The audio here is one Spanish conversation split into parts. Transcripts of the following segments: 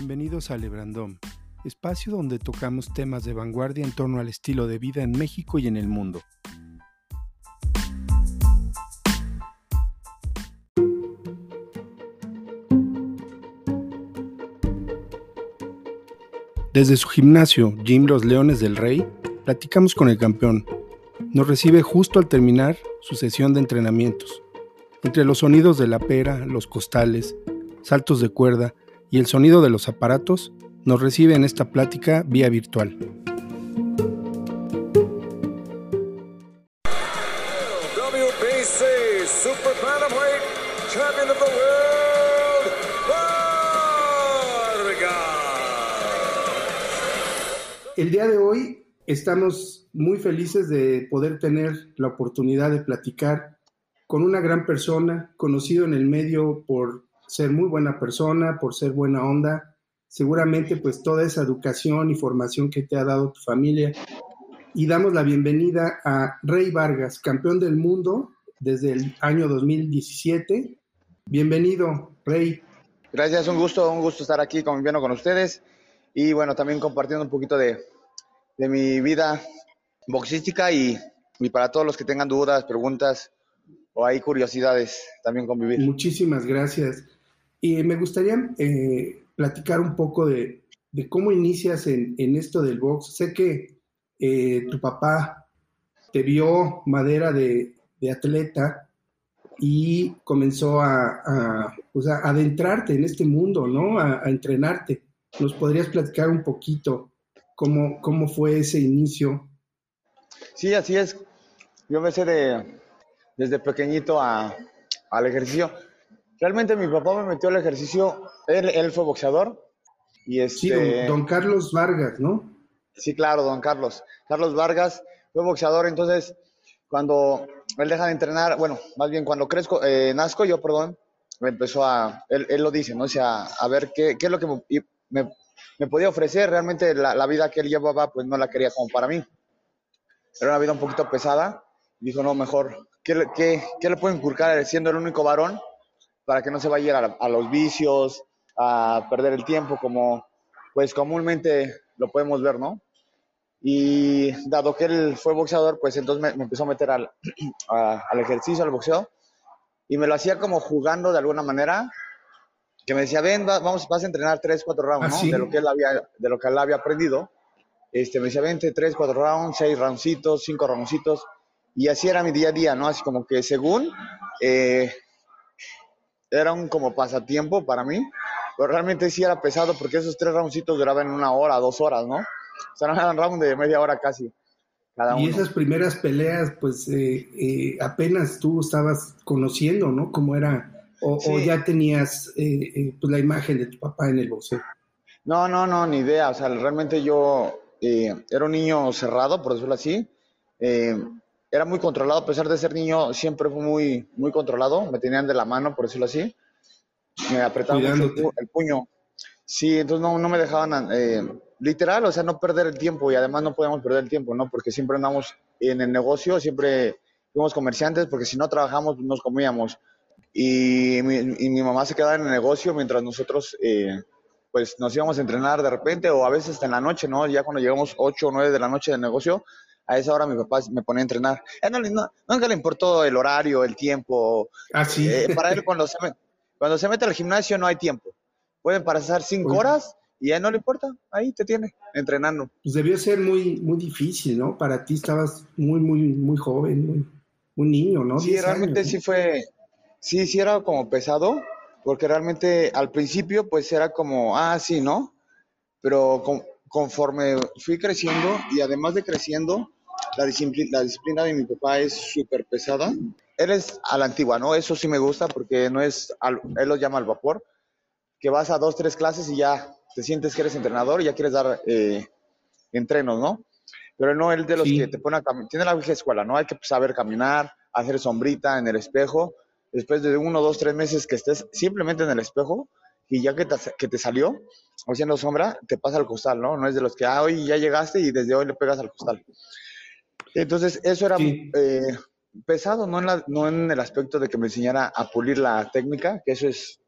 Bienvenidos a Lebrandom, espacio donde tocamos temas de vanguardia en torno al estilo de vida en México y en el mundo. Desde su gimnasio, Gym Los Leones del Rey, platicamos con el campeón. Nos recibe justo al terminar su sesión de entrenamientos. Entre los sonidos de la pera, los costales, saltos de cuerda y el sonido de los aparatos, nos recibe en esta plática vía virtual. WBC Super Bantamweight Champion of the World, Vargas. El día de hoy estamos muy felices de poder tener la oportunidad de platicar con una gran persona, conocido en el medio por ser muy buena persona, por ser buena onda, seguramente pues toda esa educación y formación que te ha dado tu familia. Y damos la bienvenida a Rey Vargas, campeón del mundo desde el año 2017. Bienvenido, Rey. Gracias, un gusto estar aquí conviviendo con ustedes y bueno, también compartiendo un poquito de mi vida boxística y para todos los que tengan dudas, preguntas o hay curiosidades, también convivir. Muchísimas gracias. Y me gustaría platicar un poco de cómo inicias en esto del box. Sé que tu papá te vio madera de atleta y comenzó a adentrarte en este mundo, ¿no? A entrenarte. ¿Nos podrías platicar un poquito cómo fue ese inicio? Sí, así es. Yo empecé desde pequeñito al ejercicio. Realmente mi papá me metió al ejercicio, él fue boxeador. Y Sí, don Carlos Vargas, ¿no? Sí, claro, don Carlos. Carlos Vargas fue boxeador, entonces cuando él deja de entrenar, bueno, más bien cuando nazco yo, me empezó él lo dice, ¿no? O sea, a ver qué es lo que me podía ofrecer. Realmente la vida que él llevaba, pues no la quería como para mí. Era una vida un poquito pesada. Dijo, no, mejor, ¿qué le puedo inculcar siendo el único varón para que no se vaya a los vicios, a perder el tiempo como pues comúnmente lo podemos ver, ¿no? Y dado que él fue boxeador, pues entonces me empezó a meter al ejercicio, al boxeo, y me lo hacía como jugando de alguna manera, que me decía, ven, vas a entrenar 3-4 rounds, ¿no? ¿Sí? De lo que él había aprendido. Me decía, vente, 3-4 rounds, 6 roundcitos, 5 roundcitos, y así era mi día a día, ¿no? Así como que según era un como pasatiempo para mí, pero realmente sí era pesado porque esos 3 roundcitos duraban 1 hora, 2 horas, ¿no? O sea, eran rounds de media hora casi, cada uno. Y esas primeras peleas, pues apenas tú estabas conociendo, ¿no? Cómo era, Sí. o ya tenías pues la imagen de tu papá en el boxeo. No, ni idea. O sea, realmente yo era un niño cerrado, por decirlo así. Era muy controlado, a pesar de ser niño, siempre fue muy, muy controlado. Me tenían de la mano, por decirlo así. Me apretaban mucho el puño. Sí, entonces no me dejaban, literal, o sea, no perder el tiempo. Y además no podíamos perder el tiempo, ¿no? Porque siempre andamos en el negocio, siempre fuimos comerciantes, porque si no trabajamos, nos comíamos. Y mi mamá se quedaba en el negocio mientras nosotros pues nos íbamos a entrenar de repente o a veces hasta en la noche, ¿no? Ya cuando llegamos 8 o 9 de la noche del negocio, a esa hora mi papá me ponía a entrenar. Nunca le importó el horario, el tiempo. Ah, sí. Para él cuando se mete al gimnasio no hay tiempo. Pueden pasar 5 horas y a él no le importa. Ahí te tiene, entrenando. Pues debió ser muy, muy difícil, ¿no? Para ti estabas muy, muy, muy joven, muy niño, ¿no? Sí, realmente años, ¿no? sí fue, sí era como pesado, porque realmente al principio pues era como, sí, ¿no? Pero conforme fui creciendo y además de creciendo, la disciplina de mi papá es súper pesada. Él es a la antigua, ¿no? Eso sí me gusta porque no es, él lo llama al vapor, que vas a 2, 3 clases y ya te sientes que eres entrenador y ya quieres dar entrenos, ¿no? Pero no, él de los que te pone a caminar, tiene la vieja escuela, ¿no? Hay que saber caminar, hacer sombrita en el espejo. Después de 1, 2, 3 meses que estés simplemente en el espejo y ya que te salió haciendo sombra, te pasa al costal, ¿no? No es de los que, hoy ya llegaste y desde hoy le pegas al costal. Entonces, eso era pesado, no en el aspecto de que me enseñara a pulir la técnica, que eso es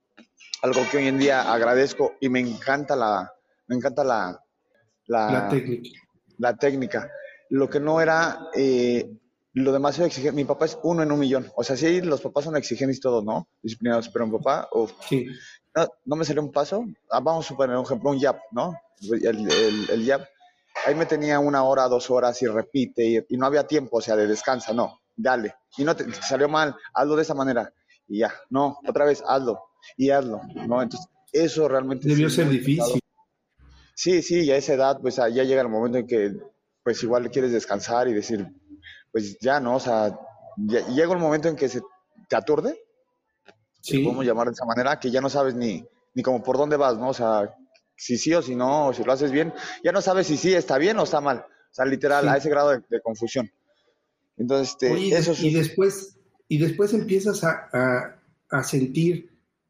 algo que hoy en día agradezco y me encanta La la, técnica. la técnica. Lo que no era lo demasiado exigente. Mi papá es uno en un millón. O sea, sí, los papás son exigentes y todo, ¿no? Disciplinados, pero mi papá, uf, Sí, no me salió un paso. Vamos a suponer un ejemplo, un jab, ¿no? El jab. Ahí me tenía 1 hora, 2 horas y repite y no había tiempo, o sea, de descansa, no, dale. Y no te salió mal, hazlo de esa manera. Y ya, no, otra vez, hazlo y hazlo, ¿no? Entonces, eso realmente sí debió es ser muy pesado. difícil. Sí, sí, y a esa edad, pues ya llega el momento en que, pues igual quieres descansar y decir, pues ya, ¿no? O sea, llega un momento en que se te aturde, si lo podemos Sí, llamar de esa manera, que ya no sabes ni como por dónde vas, ¿no? O sea, si sí o si no, o si lo haces bien, ya no sabes si sí está bien o está mal. O sea, literal, a ese sí. grado de confusión. Entonces, Oye, eso sí, y después empiezas a sentir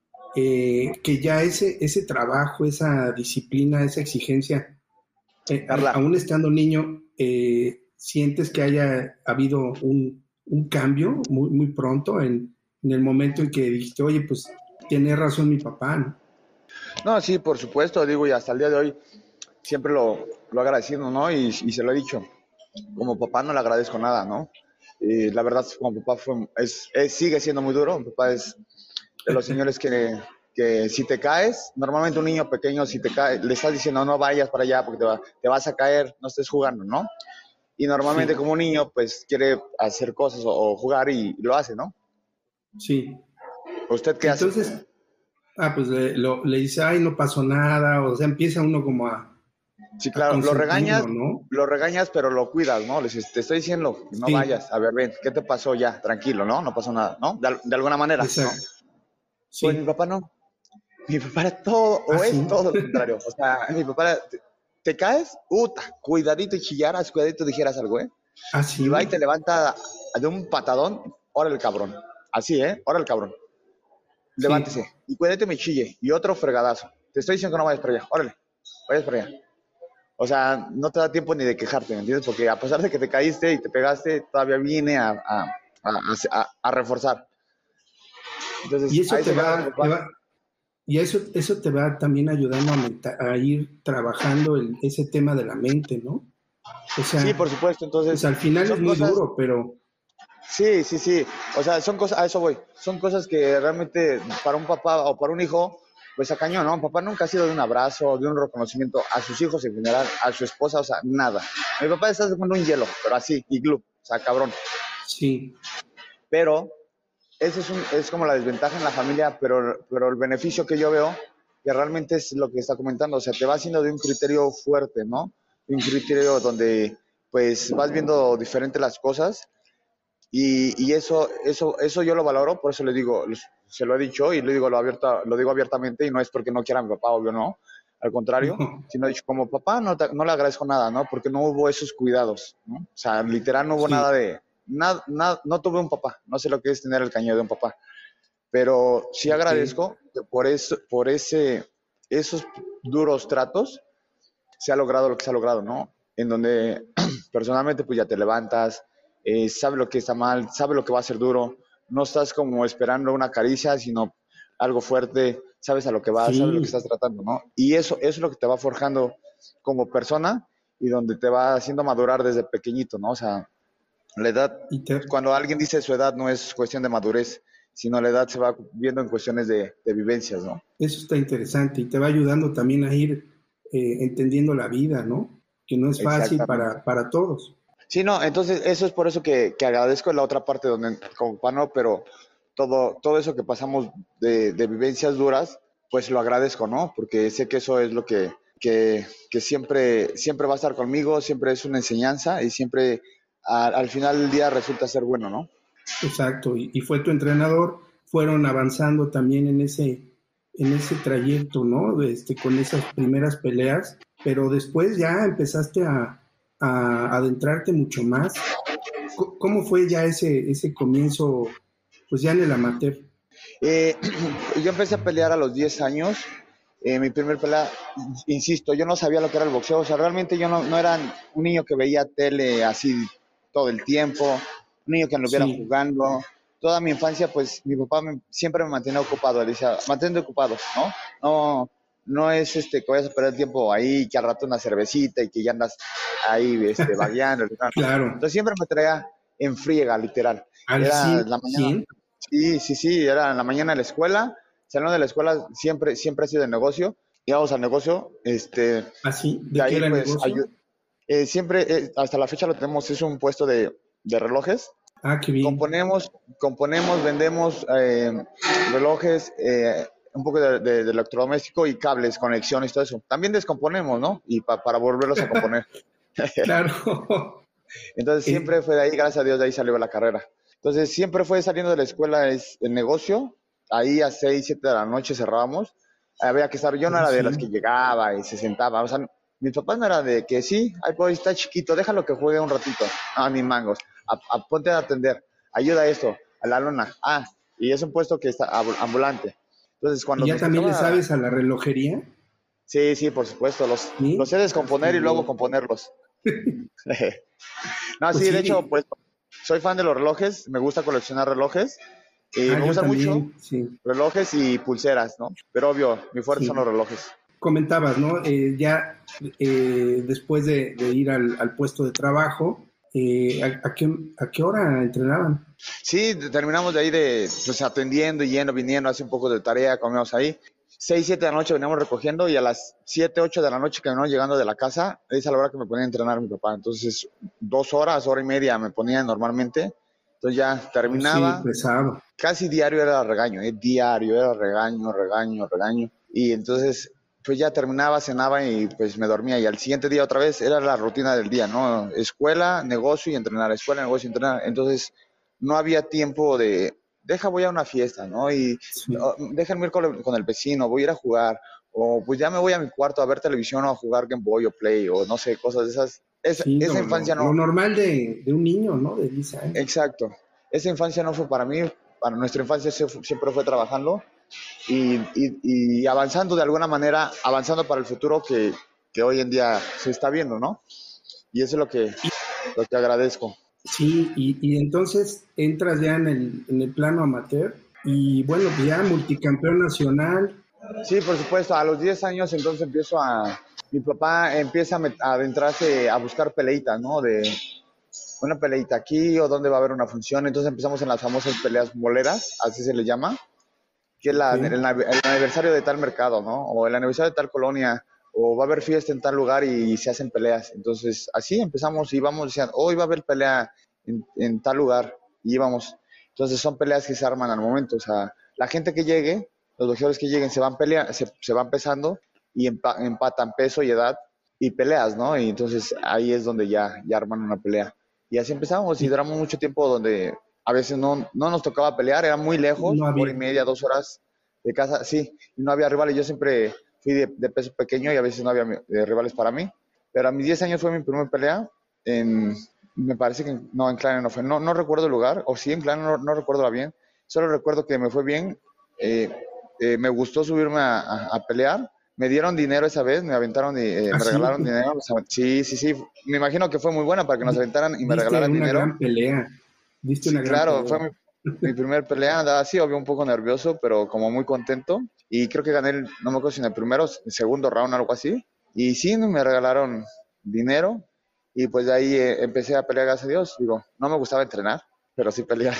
que ya ese trabajo, esa disciplina, esa exigencia, Carla, aún estando niño, sientes que haya habido un cambio muy, muy pronto en el momento en que dijiste, oye, pues tiene razón mi papá, ¿no? no, sí, por supuesto, digo, y hasta el día de hoy siempre lo agradecido, ¿no? Y se lo he dicho, como papá no le agradezco nada, ¿no? Y la verdad, como papá sigue siendo muy duro, mi papá es de los señores que si te caes, normalmente un niño pequeño, si te cae, le estás diciendo no vayas para allá porque te vas a caer, no estés jugando, ¿no? Y normalmente Sí, como un niño, pues quiere hacer cosas o jugar y lo hace, ¿no? sí. ¿Usted qué hace? Entonces, pues le dice, ay, no pasó nada, o sea, empieza uno como Sí, a claro, consentirlo, ¿no? lo regañas, pero lo cuidas, ¿no? Le dices, te estoy diciendo que no Sí, vayas, a ver, ven, ¿qué te pasó ya? Tranquilo, ¿no? No pasó nada, ¿no? De alguna manera, ¿no? exacto, Pues mi sí. papá no. Mi papá era todo, Ah, o es sí, todo lo contrario. O sea, mi papá era, te caes, puta, cuidadito y chillaras, cuidadito dijeras algo, ¿eh? ah, Y va y te sí, levanta de un patadón, órale el cabrón. Así, ¿eh? Órale el cabrón. sí. Levántese. Y cuídate me chille. Y otro fregadazo. Te estoy diciendo que no vayas para allá. Órale, vayas para allá. O sea, no te da tiempo ni de quejarte, ¿me entiendes? Porque a pesar de que te caíste y te pegaste, todavía viene a reforzar. Y Entonces, a eso ese grado mi papá. y eso te va también ayudando a ir trabajando ese tema de la mente, ¿no? O Sí, sea, por supuesto. pues Entonces, al final es son muy cosas. duro, pero Sí, sí, sí. O sea, son cosas, a eso voy. Son cosas que realmente para un papá o para un hijo, pues a cañón, ¿no? Papá nunca ha sido de un abrazo, de un reconocimiento a sus hijos en general, a su esposa, o sea, nada. Mi papá está haciendo un hielo, pero así, iglú, o sea, cabrón. sí, Pero ese es como la desventaja en la familia, pero el beneficio que yo veo, que realmente es lo que está comentando, o sea, te va haciendo de un criterio fuerte, ¿no? Un criterio donde pues vas viendo diferente las cosas y eso yo lo valoro, por eso le digo, se lo he dicho y le digo lo digo abiertamente y no es porque no quiera a mi papá, obvio no, al contrario, no, sino he dicho, como papá no le agradezco nada, ¿no? Porque no hubo esos cuidados, ¿no? O sea, literal no hubo sí, no tuve un papá, no sé lo que es tener el cariño de un papá, pero sí ok, agradezco que esos duros tratos se ha logrado lo que se ha logrado, ¿no? En donde personalmente pues ya te levantas, sabes lo que está mal, sabes lo que va a ser duro, no estás como esperando una caricia, sino algo fuerte, sabes a lo que vas, sabes lo que estás sí, tratando, ¿no? Y eso es lo que te va forjando como persona y donde te va haciendo madurar desde pequeñito, ¿no? O sea, la edad, y te, cuando alguien dice su edad no es cuestión de madurez, sino la edad se va viendo en cuestiones de vivencias, ¿no? eso está interesante y te va ayudando también a ir entendiendo la vida, ¿no? Que no es fácil Exactamente. para todos. Sí, no, entonces eso es por eso que agradezco la otra parte donde, como pano, pero todo eso que pasamos de vivencias duras, pues lo agradezco, ¿no? Porque sé que eso es lo que siempre va a estar conmigo, siempre es una enseñanza y siempre al final del día resulta ser bueno, ¿no? Exacto, y fue tu entrenador, fueron avanzando también en ese trayecto, ¿no? Con esas primeras peleas, pero después ya empezaste a adentrarte mucho más. ¿Cómo fue ya ese comienzo, pues ya en el amateur? Eh, yo empecé a pelear a los 10 años. Mi primer pelea, insisto, yo no sabía lo que era el boxeo. O sea, realmente yo no era un niño que veía tele así todo el tiempo, un niño que anduviera Sí, jugando. toda mi infancia, pues mi papá siempre me mantenía ocupado. Él decía, mantente ocupado, ¿no? No, no es que vayas a perder tiempo ahí, que al rato una cervecita y que ya andas ahí vagueando. No, no. Claro, Entonces siempre me traía en friega, literal. al Era 100, la mañana, 100, sí, era en la mañana en la escuela. Salón de la escuela siempre ha sido de negocio. Íbamos al negocio, así, de ¿de qué ahí era el pues negocio? siempre, hasta la fecha lo tenemos, es un puesto de relojes. Ah, qué bien. Componemos, vendemos relojes, un poco de electrodoméstico y cables, conexiones, todo eso. También descomponemos, ¿no? Y para volverlos a componer. Claro. Entonces Eh, siempre fue de ahí, gracias a Dios, de ahí salió la carrera. Entonces siempre fue saliendo de la escuela es el negocio. Ahí a 6, 7 de la noche cerrábamos. Había que estar, yo no era de las que sí. llegaba y se sentaba. O sea, mis papás no era de que sí, ay, pues está chiquito, déjalo que juegue un ratito. No, ni mangos. Ponte a atender. Ayuda a esto, a la lona. Ah, y es un puesto que está ambulante. Entonces, ¿Y cuando ya nos también le tocaba, sabes a la relojería? sí, por supuesto, los Sí. sé Ah, qué descomponer y luego bien. componerlos. No, Pues sí, de hecho, sí. pues soy fan de los relojes, me gusta coleccionar relojes y Ah, me yo gustan mucho también, sí, relojes y pulseras, ¿no? Pero obvio, mi fuerte son los sí. relojes. Comentabas, ¿no? Ya después de ir al puesto de trabajo, ¿a qué hora entrenaban? Sí, terminamos de ahí pues atendiendo, yendo, viniendo, hace un poco de tarea, comíamos ahí. 6, 7 de la noche veníamos recogiendo y a las 7, 8 de la noche que veníamos llegando de la casa, es a la hora que me ponía a entrenar mi papá. Entonces, 2 horas, hora y media me ponía normalmente. Entonces ya Oh, sí, terminaba, pesado. casi diario era regaño, diario era regaño, regaño, regaño. Y entonces, pues ya terminaba, cenaba y pues me dormía. Y al siguiente día otra vez era la rutina del día, ¿no? Escuela, negocio y entrenar, escuela, negocio y entrenar. Entonces, no había tiempo voy a una fiesta, ¿no? Y Sí, déjenme ir con el vecino, voy a ir a jugar. O pues ya me voy a mi cuarto a ver televisión o a jugar Game Boy o Play o no sé, cosas de esas. sí, Esa infancia lo no, normal de un niño, ¿no? De 10 años. exacto. Esa infancia no fue para mí, para nuestra infancia siempre fue trabajando y avanzando de alguna manera, avanzando para el futuro que hoy en día se está viendo, ¿no? Y eso es lo que agradezco. Sí, y entonces entras ya en el plano amateur y bueno, pues ya multicampeón nacional. Sí, por supuesto, a los 10 años entonces mi papá empieza a adentrarse a buscar peleitas, ¿no? De una peleita aquí o dónde va a haber una función, entonces empezamos en las famosas peleas boleras, así se le llama, que es Ok, el aniversario de tal mercado, ¿no? O el aniversario de tal colonia, o va a haber fiesta en tal lugar y se hacen peleas. Entonces, así empezamos y íbamos diciendo, hoy va a haber pelea en tal lugar, y íbamos. Entonces, son peleas que se arman al momento. O sea, la gente que llegue, los boxeadores que lleguen, se van pesando y empatan peso y edad y peleas, ¿no? Y entonces ahí es donde ya arman una pelea. Y así empezamos y y duramos mucho tiempo donde a veces no nos tocaba pelear, era muy lejos, no hora había. y media, 2 horas de casa, sí, y no había rivales. Yo siempre fui de peso pequeño y a veces no había rivales para mí. Pero a mis 10 años fue mi primera pelea en, me parece que no, en Clan no fue, no recuerdo el lugar, o sí en Clan, no recuerdo bien, solo recuerdo que me fue bien, eh, me gustó subirme a pelear, me dieron dinero esa vez, me aventaron y me Así, regalaron dinero, sí, me imagino que fue muy buena para que nos aventaran y me diste regalaran una dinero. gran pelea, diste Sí, una gran claro, fue pelea. mi primer pelea, andaba así, obvio un poco nervioso, pero como muy contento. Y creo que gané, no me acuerdo si en el primero, el segundo round, algo así. Y sí, me regalaron dinero y pues de ahí empecé a pelear, gracias a Dios. Digo, no me gustaba entrenar, pero sí pelear.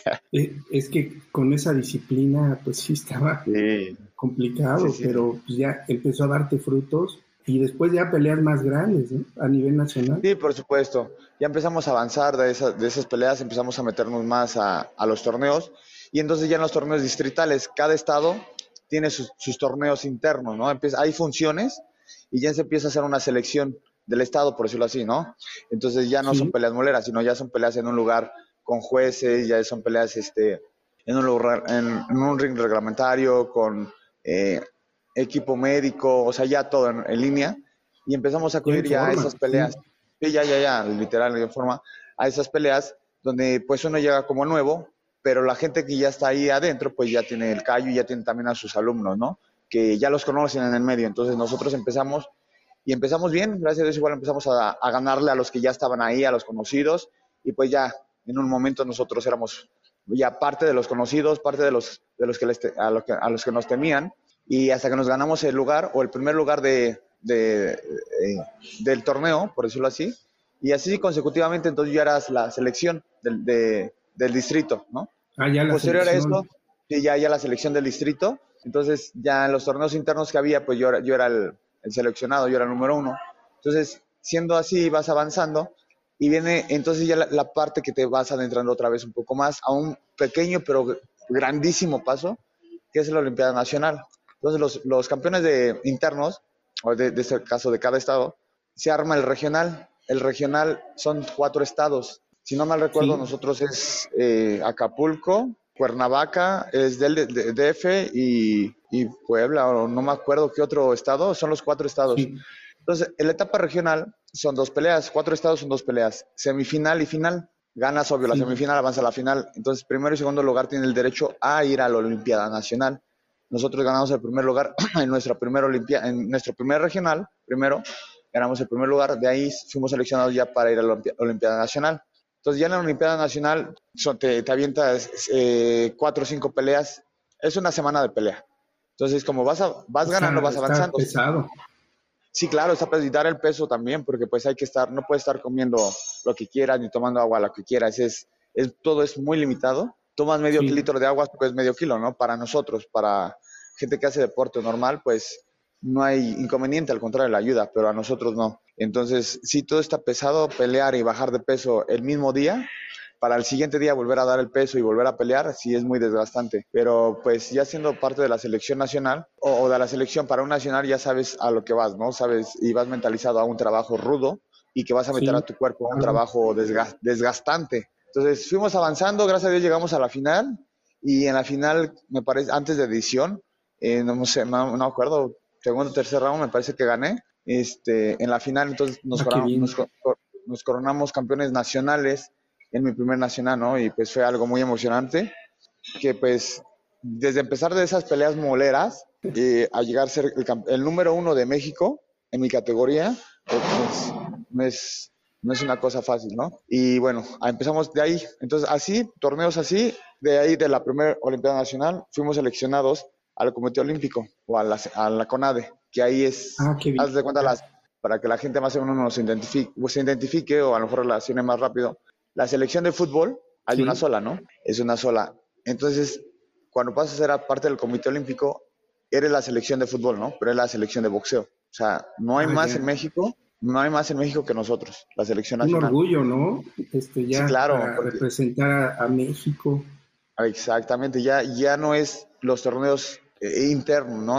Es que con esa disciplina, pues sí estaba Sí, sí, complicado, sí. pero pues ya empezó a darte frutos y después ya peleas más grandes, ¿no? A nivel nacional. Sí, por supuesto. Ya empezamos a avanzar de esas peleas, empezamos a meternos más a los torneos y entonces ya en los torneos distritales, cada estado tiene sus torneos internos, ¿no? Hay funciones y ya se empieza a hacer una selección del estado, por decirlo así, ¿no? Entonces ya no son Sí, peleas moleras, sino ya son peleas en un lugar con jueces, ya son peleas en un lugar, en un ring reglamentario, con eh, equipo médico, o sea, ya todo en línea y empezamos a ya en acudir ya a forma, esas peleas. sí. Sí, literal, de forma, a esas peleas donde pues uno llega como nuevo, pero la gente que ya está ahí adentro pues ya tiene el callo y ya tiene también a sus alumnos, ¿no? Que ya los conocen en el medio. Entonces nosotros empezamos bien, gracias a Dios igual empezamos a ganarle a los que ya estaban ahí, a los conocidos, y pues ya en un momento nosotros éramos ya parte de los conocidos, parte de los que a los que nos temían, y hasta que nos ganamos el lugar o el primer lugar del torneo, por decirlo así, y así consecutivamente. Entonces ya eras la selección del distrito, ¿no? Ya la Posterior selección. a esto, sí, ya la selección del distrito. Entonces ya en los torneos internos que había, pues yo era el seleccionado, yo era el número 1. Entonces, siendo así, vas avanzando y viene entonces ya la parte que te vas adentrando otra vez un poco más a un pequeño pero grandísimo paso, que es la Olimpiada Nacional. Entonces los campeones internos, o de este caso de cada estado, se arma el regional. El regional son 4 estados. Si no mal recuerdo, Sí. nosotros es Acapulco, Cuernavaca, es del DF y Puebla, o no me acuerdo qué otro estado, son los 4 estados. Sí. Entonces, en la etapa regional son 2 peleas, 4 estados son 2 peleas, semifinal y final. Ganas, obvio, la Sí. semifinal avanza a la final. Entonces, primero y segundo lugar tienen el derecho a ir a la Olimpiada Nacional. Nosotros ganamos el primer lugar en nuestro primer regional, primero, ganamos el primer lugar, de ahí fuimos seleccionados ya para ir a la Olimpiada Nacional. Entonces ya en la Olimpiada Nacional te avientas 4 o 5 peleas, es una semana de pelea. Entonces como vas ganando, vas Está avanzando. pesado. Sí, claro, está pesado, y dar el peso también, porque pues hay que estar, no puedes estar comiendo lo que quieras, ni tomando agua lo que quieras, todo es muy limitado. Tomas medio Sí. litro de agua, pues medio kilo, ¿no? Para nosotros, para gente que hace deporte normal, pues no hay inconveniente, al contrario, la ayuda, pero a nosotros no. Entonces, sí, todo está pesado, pelear y bajar de peso el mismo día, para el siguiente día volver a dar el peso y volver a pelear, sí es muy desgastante. Pero pues ya siendo parte de la selección nacional o de la selección para un nacional, ya sabes a lo que vas, ¿no? Sabes y vas mentalizado a un trabajo rudo y que vas a meter Sí. a tu cuerpo a un trabajo desgastante. Entonces fuimos avanzando, gracias a Dios llegamos a la final, y en la final, me parece, antes de edición, no sé, no me acuerdo, segundo o tercer round me parece que gané. En la final entonces Qué bien. nos coronamos campeones nacionales en mi primer nacional, ¿no? Y pues fue algo muy emocionante, que pues desde empezar de esas peleas moleras a llegar a ser el número 1 de México en mi categoría, pues no es una cosa fácil, ¿no? Y bueno, empezamos de ahí. Entonces así, torneos así, de ahí de la primera Olimpiada Nacional, fuimos seleccionados al Comité Olímpico o a la CONADE, que ahí es, Qué bien. haz de cuenta, para que la gente más o menos se identifique o a lo mejor relacione más rápido. La selección de fútbol hay una sola, ¿no? Es una sola. Entonces, cuando pasas a ser parte del Comité Olímpico, eres la selección de fútbol, ¿no? Pero es la selección de boxeo. O sea, no hay más Ya. en México, no hay más en México que nosotros, la selección Un nacional. orgullo, ¿no? Sí, Ya claro, para porque representar a México. exactamente, ya no es los torneos internos, ¿no?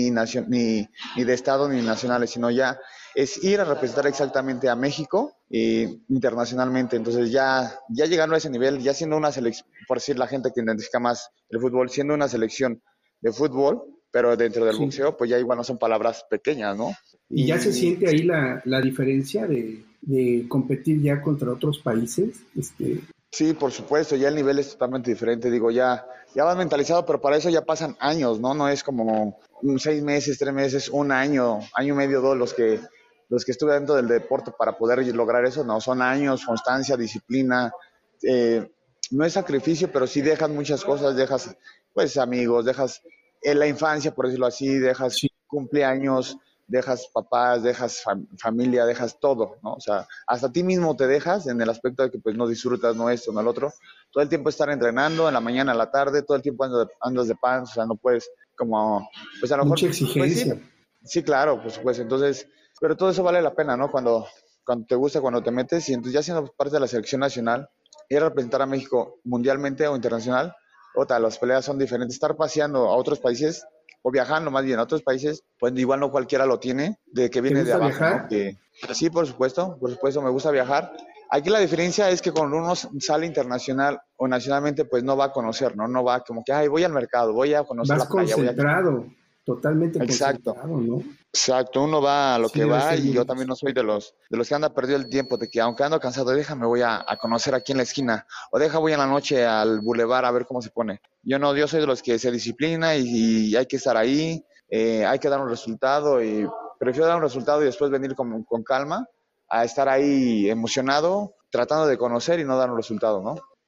Ni de estado ni nacionales, sino ya es ir a representar exactamente a México internacionalmente. Entonces ya llegando a ese nivel, ya siendo una selección, por decir la gente que identifica más el fútbol, siendo una selección de fútbol, pero dentro del Sí. boxeo, pues ya igual no son palabras pequeñas, ¿no? Y ya se siente ahí la diferencia de competir ya contra otros países. Sí, por supuesto, ya el nivel es totalmente diferente. Digo, ya vas mentalizado, pero para eso ya pasan años, ¿no? No es como 6 meses, 3 meses, un año y medio, 2 los que estuve dentro del deporte para poder lograr eso. No, son años, constancia, disciplina. No es sacrificio, pero sí dejas muchas cosas, dejas pues amigos, dejas la infancia, por decirlo así, dejas Sí. cumpleaños, dejas papás, dejas familia, dejas todo, ¿no? O sea, hasta ti mismo te dejas en el aspecto de que pues no disfrutas, no esto, no el otro. Todo el tiempo estar entrenando, en la mañana, en la tarde, todo el tiempo andas de pants, o sea, no puedes como, pues a lo mejor, Mucha pues exigencia. sí, claro, pues entonces, pero todo eso vale la pena, ¿no? Cuando te gusta, cuando te metes, y entonces ya siendo parte de la selección nacional, ir a representar a México mundialmente o internacional, las peleas son diferentes. Estar paseando a otros países o viajando más bien a otros países, pues igual no cualquiera lo tiene, de que viene de gusta abajo, viajar? ¿no? Que, sí, por supuesto, me gusta viajar. Aquí la diferencia es que cuando uno sale internacional o nacionalmente, pues no va a conocer, ¿no? No va como que, ay, voy al mercado, voy a conocer Vas la playa, voy a... concentrado, totalmente Exacto. concentrado, ¿no? Exacto, uno va a lo Sí, que debe va, ser y muy yo también no soy de los que anda perdido el tiempo, de que aunque ando cansado, déjame voy a conocer aquí en la esquina, o voy en la noche al bulevar a ver cómo se pone. Yo no, yo soy de los que se disciplina y hay que estar ahí, hay que dar un resultado, y prefiero dar un resultado y después venir con calma a estar ahí emocionado, tratando de conocer y no dar un resultado, ¿no?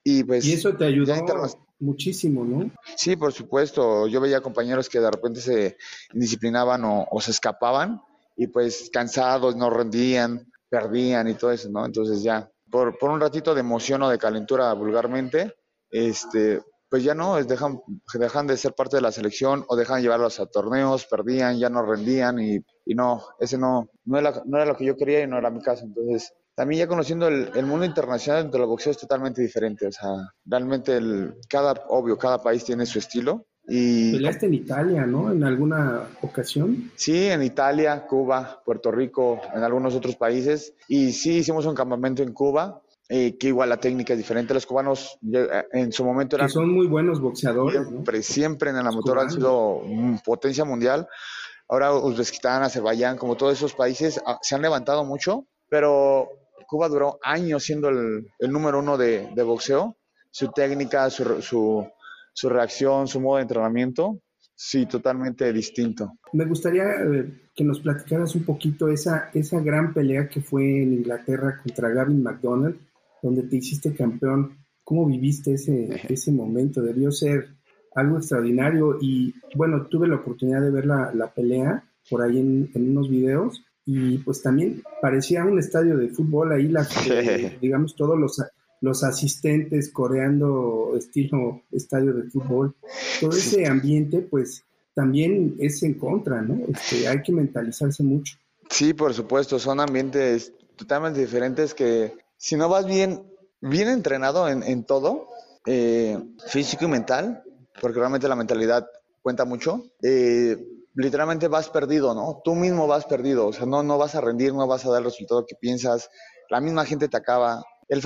Y Y pues eso te ayudó ya muchísimo, ¿no? sí, por supuesto. Yo veía compañeros que de repente se indisciplinaban o se escapaban y pues cansados, no rendían, perdían y todo eso, ¿no? Entonces ya, por un ratito de emoción o de calentura vulgarmente, este, pues ya no, dejan de ser parte de la selección o dejan de llevarlos a torneos, perdían, ya no rendían y no, ese no era lo que yo quería y no era mi caso. Entonces, también ya conociendo el mundo internacional dentro del boxeo es totalmente diferente. O sea, realmente cada país tiene su estilo. Y Peleaste en Italia, ¿no? En alguna ocasión. sí, en Italia, Cuba, Puerto Rico, en algunos otros países. Y sí, hicimos un campamento en Cuba, que igual la técnica es diferente. Los cubanos en su momento Que eran son muy buenos boxeadores, ¿no? siempre en el Los motor han cubanos. sido potencia mundial. Ahora Uzbekistán, Azerbaiyán, como todos esos países, se han levantado mucho, pero Cuba duró años siendo el número uno de boxeo. Su técnica, su reacción, su modo de entrenamiento, sí, totalmente distinto. Me gustaría que nos platicaras un poquito esa gran pelea que fue en Inglaterra contra Gavin McDonald, donde te hiciste campeón. ¿Cómo viviste ese momento? Debió ser algo extraordinario y bueno, tuve la oportunidad de ver la pelea por ahí en unos videos y pues también parecía un estadio de fútbol ahí, digamos, todos los asistentes coreando estilo estadio de fútbol. Todo ese ambiente pues también es en contra, ¿no? Hay que mentalizarse mucho. Sí, por supuesto, son ambientes totalmente diferentes que si no vas bien entrenado en todo, físico y mental, porque realmente la mentalidad cuenta mucho, literalmente vas perdido, ¿no? Tú mismo vas perdido, o sea, no vas a rendir, no vas a dar el resultado que piensas, la misma gente te acaba.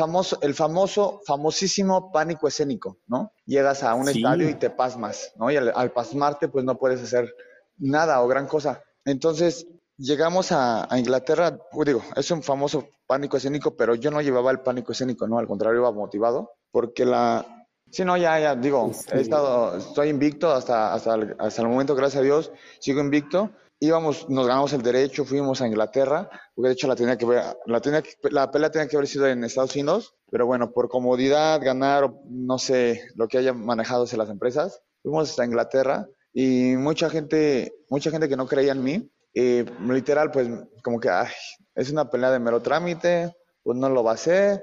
Famosísimo pánico escénico, ¿no? Llegas a un estadio y Sí, te pasmas, ¿no? Y al pasmarte, pues no puedes hacer nada o gran cosa. Entonces, llegamos a Inglaterra, digo, es un famoso pánico escénico, pero yo no llevaba el pánico escénico, ¿no? Al contrario, iba motivado, porque sí, no, ya, digo, estoy invicto hasta el momento, gracias a Dios, sigo invicto. Nos ganamos el derecho, fuimos a Inglaterra, porque de hecho la pelea tenía que haber sido en Estados Unidos, pero bueno, por comodidad, ganar, no sé, lo que hayan manejado las empresas, fuimos hasta Inglaterra y mucha gente que no creía en mí, literal, pues como que es una pelea de mero trámite, pues no lo va a hacer,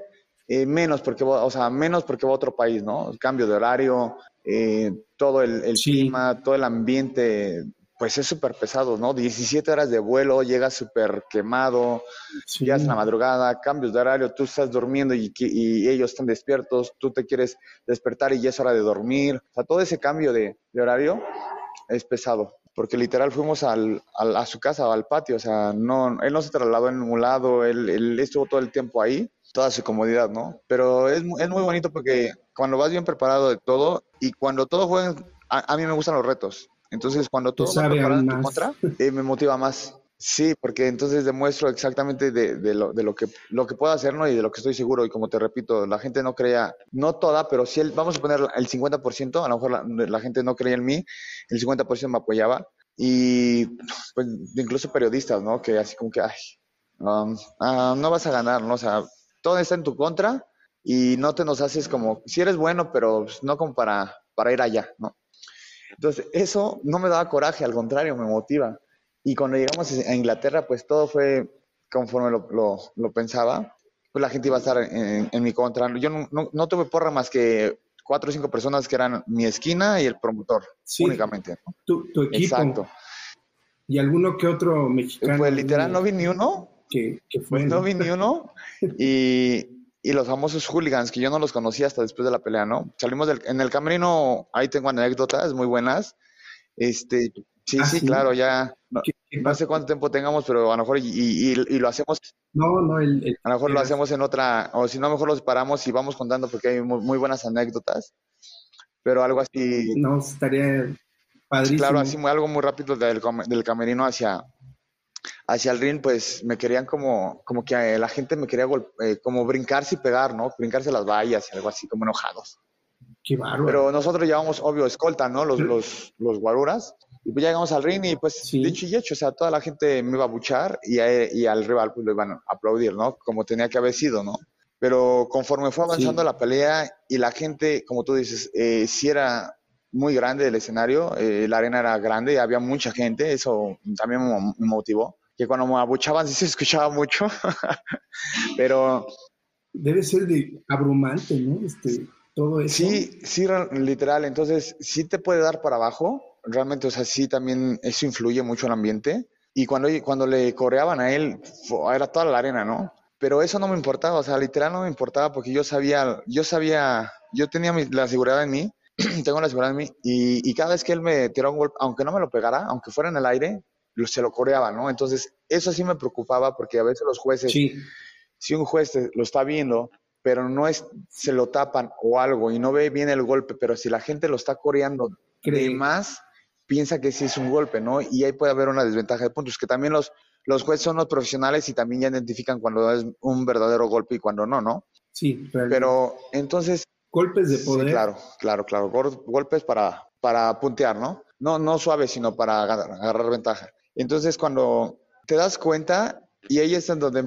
menos porque va a otro país, ¿no? El cambio de horario, todo el sí, clima, todo el ambiente, pues es súper pesado, ¿no? 17 horas de vuelo, llegas súper quemado, llegas en la sí. madrugada, cambios de horario, tú estás durmiendo y ellos están despiertos, tú te quieres despertar y ya es hora de dormir. O sea, todo ese cambio de horario es pesado, porque literal fuimos a su casa o al patio, o sea, él no se trasladó en ningún lado, él estuvo todo el tiempo ahí, toda su comodidad, ¿no? Pero es muy bonito porque cuando vas bien preparado de todo y cuando todo juega, a mí me gustan los retos, entonces cuando Te todo va sabe preparado aún en tu más. contra, me motiva más. Sí, porque entonces demuestro exactamente de lo que puedo hacer, ¿no? Y de lo que estoy seguro. Y como te repito, la gente no creía, no toda, pero sí, vamos a poner el 50%, a lo mejor la gente no creía en mí, el 50% me apoyaba. Y pues incluso periodistas, ¿no? Que así como que, no vas a ganar, ¿no? O sea, todo está en tu contra y no te nos haces como, si eres bueno, pero pues, no como para ir allá, ¿no? Entonces, eso no me daba coraje, al contrario, me motiva. Y cuando llegamos a Inglaterra, pues todo fue conforme lo pensaba. Pues la gente iba a estar en mi contra. Yo no tuve porra más que 4 o 5 personas que eran mi esquina y el promotor, Sí, únicamente, ¿no? tu equipo Exacto. y alguno que otro mexicano Pues literal ahí no vi ni uno, que fue, no ¿no? vi ni uno. Y los famosos hooligans, que yo no los conocía hasta después de la pelea, ¿no? Salimos en el camerino, ahí tengo anécdotas muy buenas. Este, sí, Ah, sí, sí. claro, ya ¿Qué no pasó? sé cuánto tiempo tengamos, pero a lo mejor y lo hacemos, No, no, a lo mejor lo quieras. hacemos en otra, o si no, mejor los paramos y vamos contando porque hay muy buenas anécdotas, pero algo así, No, estaría sí, claro, así padrísimo. algo muy rápido del camerino hacia el ring, pues me querían como que la gente me quería como brincarse y pegar, ¿no? Brincarse las vallas y algo así, como enojados. Qué Pero bárbaro. nosotros llevamos, obvio, escolta, ¿no? Pero, Los guaruras. Y pues ya llegamos al ring y pues dicho sí, y hecho, o sea, toda la gente me iba a buchar y al rival pues lo iban a aplaudir, ¿no? Como tenía que haber sido, ¿no? Pero conforme fue avanzando Sí, la pelea y la gente, como tú dices, sí era muy grande el escenario, la arena era grande, había mucha gente, eso también me motivó. Que cuando me abuchaban sí se escuchaba mucho, pero debe ser de abrumante, ¿no? Todo eso. sí, sí, literal, entonces sí te puede dar para abajo, realmente, o sea, sí también eso influye mucho en el ambiente. Y cuando le coreaban a él, era toda la arena, ¿no? Pero eso no me importaba, o sea, literal no me importaba porque yo tenía la seguridad en mí, tengo la seguridad en mí, y cada vez que él me tiraba un golpe, aunque no me lo pegara, aunque fuera en el aire, se lo coreaba, ¿no? Entonces, eso sí me preocupaba porque a veces los jueces Sí, si un juez lo está viendo, pero no es, se lo tapan o algo y no ve bien el golpe, pero si la gente lo está coreando de cree. más, piensa que sí es un golpe, ¿no? Y ahí puede haber una desventaja de puntos, que también los jueces son los profesionales y también ya identifican cuando es un verdadero golpe y cuando no, ¿no? Sí, realmente. Pero entonces, Golpes de sí, poder. claro, claro, claro, golpes para puntear, ¿no? No, no suave, sino para agarrar ventaja. Entonces, cuando te das cuenta, y ahí es en donde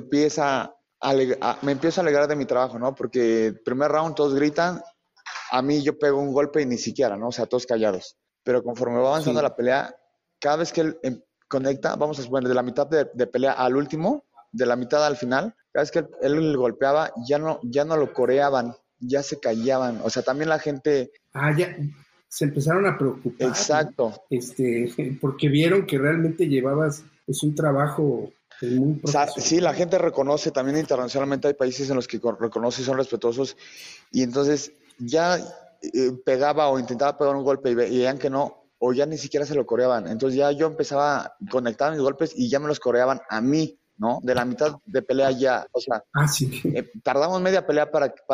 me empiezo a alegrar de mi trabajo, ¿no? Porque el primer round todos gritan, a mí yo pego un golpe y ni siquiera, ¿no? O sea, todos callados. Pero conforme va avanzando la Sí. pelea, cada vez que él conecta, vamos a suponer, de la mitad de pelea al último, de la mitad al final, cada vez que él golpeaba, ya no lo coreaban, ya se callaban. O sea, también la gente, Ah, ya se empezaron a preocupar, ¿no? exacto. Porque vieron que realmente llevabas pues un trabajo pues, muy Sí, la profesional. gente reconoce, también internacionalmente hay países en los que reconoce y son respetuosos, y entonces ya pegaba o intentaba pegar un golpe y veían que no, o ya ni siquiera se lo coreaban. Entonces ya yo empezaba a conectar mis golpes y ya me los coreaban a mí, ¿no? De la mitad de pelea ya, o sea, Ah, sí. tardamos media pelea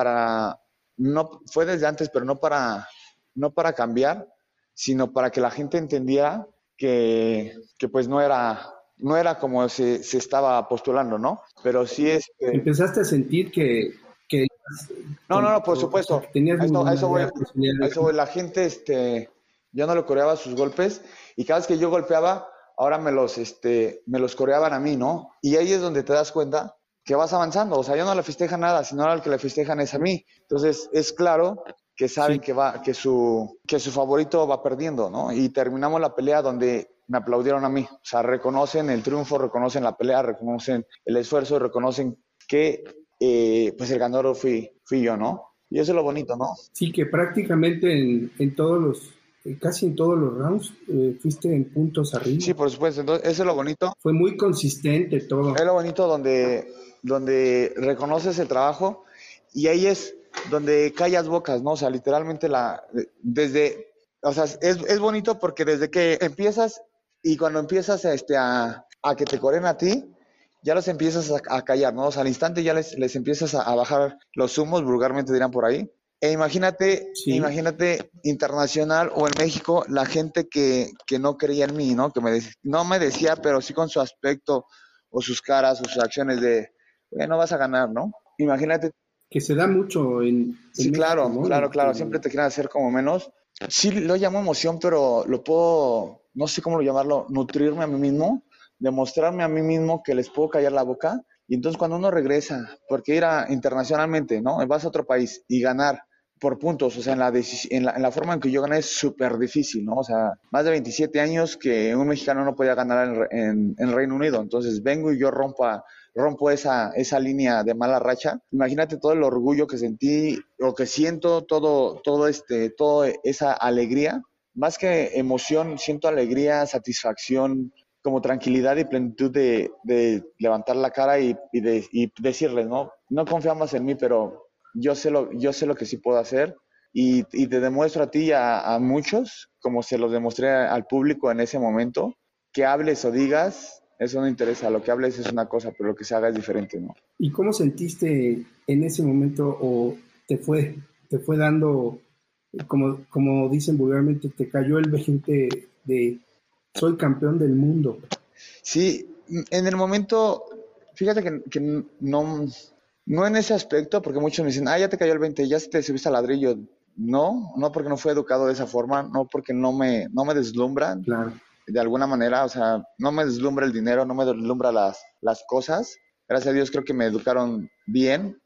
no, fue desde antes, pero no para cambiar, sino para que la gente entendiera que pues no era como se estaba postulando, ¿no? Pero sí, Empezaste a sentir que, no, no, no, por o sea, que supuesto, tenías muy a buena eso voy, posibilidad a de eso voy, ganar. la gente, ya no le coreaba sus golpes, y cada vez que yo golpeaba, ahora me los coreaban a mí, ¿no? Y ahí es donde te das cuenta que vas avanzando, o sea, yo no le festejan nada, sino ahora el que le festejan es a mí. Entonces, es claro que saben Sí, que su favorito va perdiendo, ¿no? Y terminamos la pelea donde me aplaudieron a mí, o sea, reconocen el triunfo, reconocen la pelea, reconocen el esfuerzo, reconocen que pues el ganador fui yo, ¿no? Y eso es lo bonito, ¿no? sí, que prácticamente en todos casi en todos los rounds, fuiste en puntos Sí, arriba. por supuesto, entonces eso es lo bonito. Fue muy consistente Es todo. lo bonito donde reconoces el trabajo y ahí es donde callas bocas, ¿no? O sea, literalmente o sea, es bonito porque desde que empiezas y cuando empiezas a que te corren a ti, ya los empiezas a callar, ¿no? O sea, al instante ya les empiezas a bajar los humos, vulgarmente dirán por ahí. Sí, Imagínate internacional o en México, la gente que no creía en mí, ¿no? No me decía, pero sí con su aspecto o sus caras o sus acciones de, "Oye, no vas a ganar, ¿no? Imagínate, que se da mucho en sí, México, claro, ¿no? claro, claro, siempre te quieren hacer como menos. Sí, lo llamo emoción, pero lo puedo, no sé cómo lo llamarlo, nutrirme a mí mismo, demostrarme a mí mismo que les puedo callar la boca. Y entonces cuando uno regresa, porque ir internacionalmente, ¿no? Vas a otro país y ganar por puntos, o sea, en la forma en que yo gané es súper difícil, ¿no? O sea, más de 27 años que un mexicano no podía ganar en Reino Unido. Entonces vengo y yo rompo esa línea de mala racha. Imagínate todo el orgullo que sentí o que siento, toda esa alegría. Más que emoción, siento alegría, satisfacción, como tranquilidad y plenitud de levantar la cara y decirles, ¿no? No confiamos en mí, pero yo sé lo que sí puedo hacer y te demuestro a ti y a muchos, como se los demostré al público en ese momento, que hables o digas, eso no interesa, lo que hables es una cosa, pero lo que se haga es diferente, ¿no? ¿Y cómo sentiste en ese momento o te fue dando, como dicen vulgarmente, te cayó el 20 de soy campeón del mundo? Sí, en el momento, fíjate que no en ese aspecto, porque muchos me dicen, ya te cayó el 20, ya se te subiste al ladrillo. No, no porque no fue educado de esa forma, no porque no me deslumbran Claro, de alguna manera, o sea, no me deslumbra el dinero, no me deslumbra las cosas, gracias a Dios creo que me educaron bien,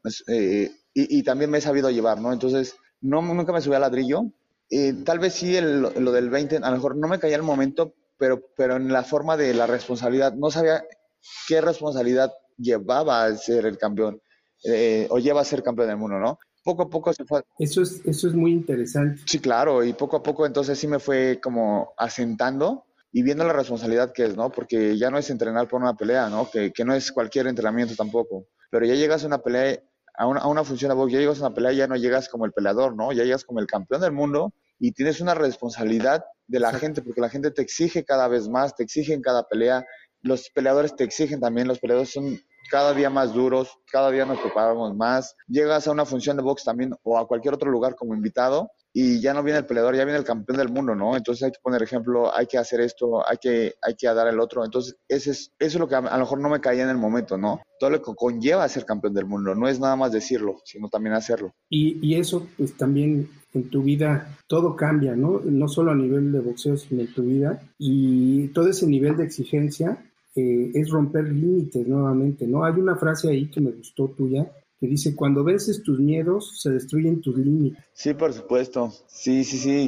y también me he sabido llevar, ¿no? Entonces, nunca me subí al ladrillo. Tal vez sí lo del 20, a lo mejor no me caía el momento, pero en la forma de la responsabilidad, no sabía qué responsabilidad llevaba a ser el campeón, o lleva a ser campeón del mundo, ¿no? Poco a poco se fue. Eso es muy interesante. Sí, claro, y poco a poco entonces sí me fue como asentando y viendo la responsabilidad que es, ¿no? Porque ya no es entrenar por una pelea, ¿no? Que no es cualquier entrenamiento tampoco, pero ya llegas a una pelea, a una función de box, ya llegas a una pelea, ya no llegas como el peleador, ¿no? Ya llegas como el campeón del mundo y tienes una responsabilidad de la gente, porque la gente te exige cada vez más, te exige en cada pelea, los peleadores te exigen también, los peleadores son cada día más duros, cada día nos preparamos más, llegas a una función de box también o a cualquier otro lugar como invitado y ya no viene el peleador, ya viene el campeón del mundo, ¿no? Entonces hay que poner ejemplo, hay que hacer esto, hay que dar el otro. Entonces eso es lo que a lo mejor no me caía en el momento, ¿no? Todo lo que conlleva ser campeón del mundo, no es nada más decirlo, sino también hacerlo. Y eso pues también en tu vida todo cambia, ¿no? No solo a nivel de boxeo, sino en tu vida. Y todo ese nivel de exigencia es romper límites nuevamente, ¿no? Hay una frase ahí que me gustó tuya, que dice, cuando vences tus miedos, se destruyen tus límites. Sí, por supuesto. Sí.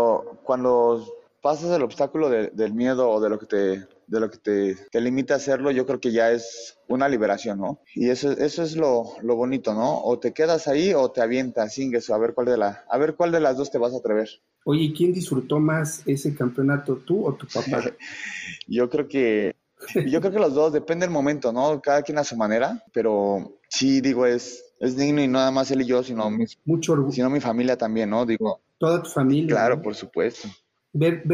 Cuando pasas el obstáculo del miedo o de lo que te limita a hacerlo, yo creo que ya es una liberación, ¿no? Y eso es lo bonito, ¿no? O te quedas ahí o te avientas, a ver cuál de las dos te vas a atrever. Oye, ¿y quién disfrutó más ese campeonato, tú o tu papá? Yo creo que los dos, depende del momento, ¿no? Cada quien a su manera, pero sí, digo, es digno y no nada más él y yo, sino mucho orgullo, sino mi familia también, ¿no? Digo, toda tu familia. Claro, ¿no? por supuesto. Ver